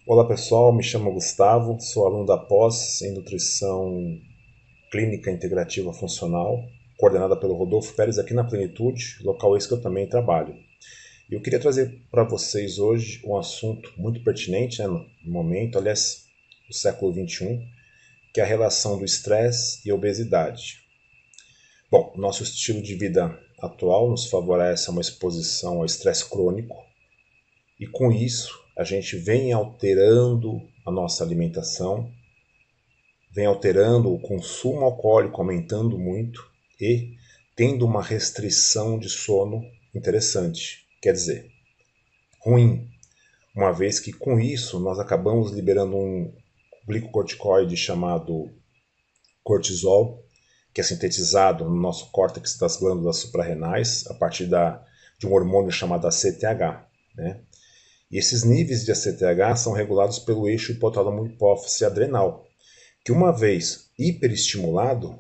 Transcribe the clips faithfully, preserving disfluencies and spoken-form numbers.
Olá pessoal, me chamo Gustavo, sou aluno da pós em Nutrição Clínica Integrativa Funcional, coordenada pelo Rodolfo Pérez aqui na Plenitude, local esse que eu também trabalho. E eu queria trazer para vocês hoje um assunto muito pertinente, né, no momento, aliás, do século vinte e um, que é a relação do estresse e obesidade. Bom, nosso estilo de vida atual nos favorece uma exposição ao estresse crônico e com isso a gente vem alterando a nossa alimentação, vem alterando o consumo alcoólico, aumentando muito e tendo uma restrição de sono interessante. Quer dizer, ruim, uma vez que com isso nós acabamos liberando um glicocorticoide chamado cortisol, que é sintetizado no nosso córtex das glândulas suprarrenais a partir da, de um hormônio chamado A C T H, né? E esses níveis de A C T H são regulados pelo eixo hipotálamo-hipófise adrenal, que uma vez hiperestimulado,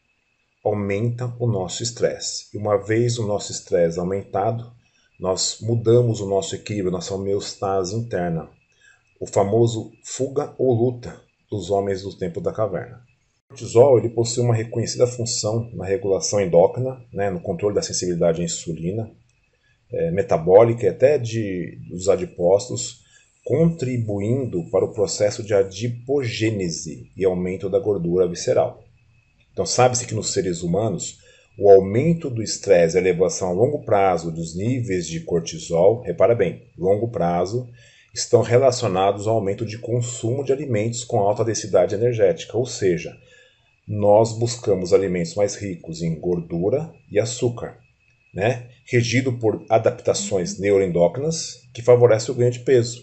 aumenta o nosso estresse. E uma vez o nosso estresse aumentado, nós mudamos o nosso equilíbrio, nossa homeostase interna. O famoso fuga ou luta dos homens do tempo da caverna. O cortisol ele possui uma reconhecida função na regulação endócrina, né, no controle da sensibilidade à insulina, É, metabólica e até de, dos adipócitos, contribuindo para o processo de adipogênese e aumento da gordura visceral. Então, sabe-se que nos seres humanos, o aumento do estresse e a elevação a longo prazo dos níveis de cortisol, repara bem, longo prazo, estão relacionados ao aumento de consumo de alimentos com alta densidade energética, ou seja, nós buscamos alimentos mais ricos em gordura e açúcar, né? Regido por adaptações neuroendócrinas que favorecem o ganho de peso.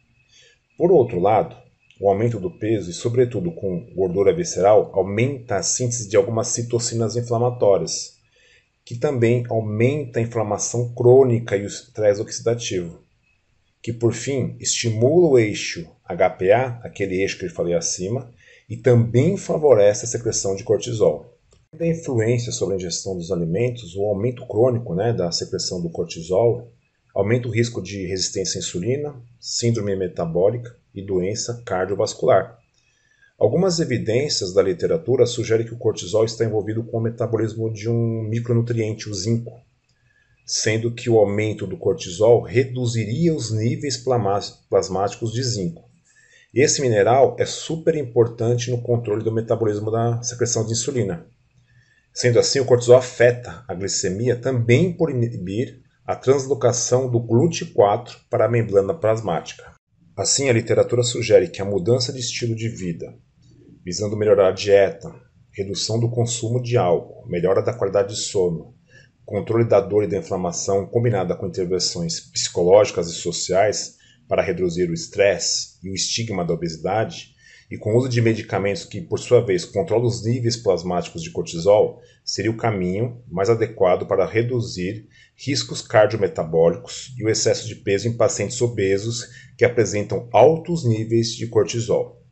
Por outro lado, o aumento do peso, e sobretudo com gordura visceral, aumenta a síntese de algumas citocinas inflamatórias, que também aumenta a inflamação crônica e o estresse oxidativo, que por fim estimula o eixo H P A, aquele eixo que eu falei acima, e também favorece a secreção de cortisol. Da influência sobre a ingestão dos alimentos, o aumento crônico, né, da secreção do cortisol aumenta o risco de resistência à insulina, síndrome metabólica e doença cardiovascular. Algumas evidências da literatura sugerem que o cortisol está envolvido com o metabolismo de um micronutriente, o zinco, sendo que o aumento do cortisol reduziria os níveis plasmáticos de zinco. Esse mineral é super importante no controle do metabolismo da secreção de insulina. Sendo assim, o cortisol afeta a glicemia também por inibir a translocação do glúten quatro para a membrana plasmática. Assim, a literatura sugere que a mudança de estilo de vida, visando melhorar a dieta, redução do consumo de álcool, melhora da qualidade de sono, controle da dor e da inflamação, combinada com intervenções psicológicas e sociais para reduzir o estresse e o estigma da obesidade, e com o uso de medicamentos que, por sua vez, controlam os níveis plasmáticos de cortisol, seria o caminho mais adequado para reduzir riscos cardiometabólicos e o excesso de peso em pacientes obesos que apresentam altos níveis de cortisol.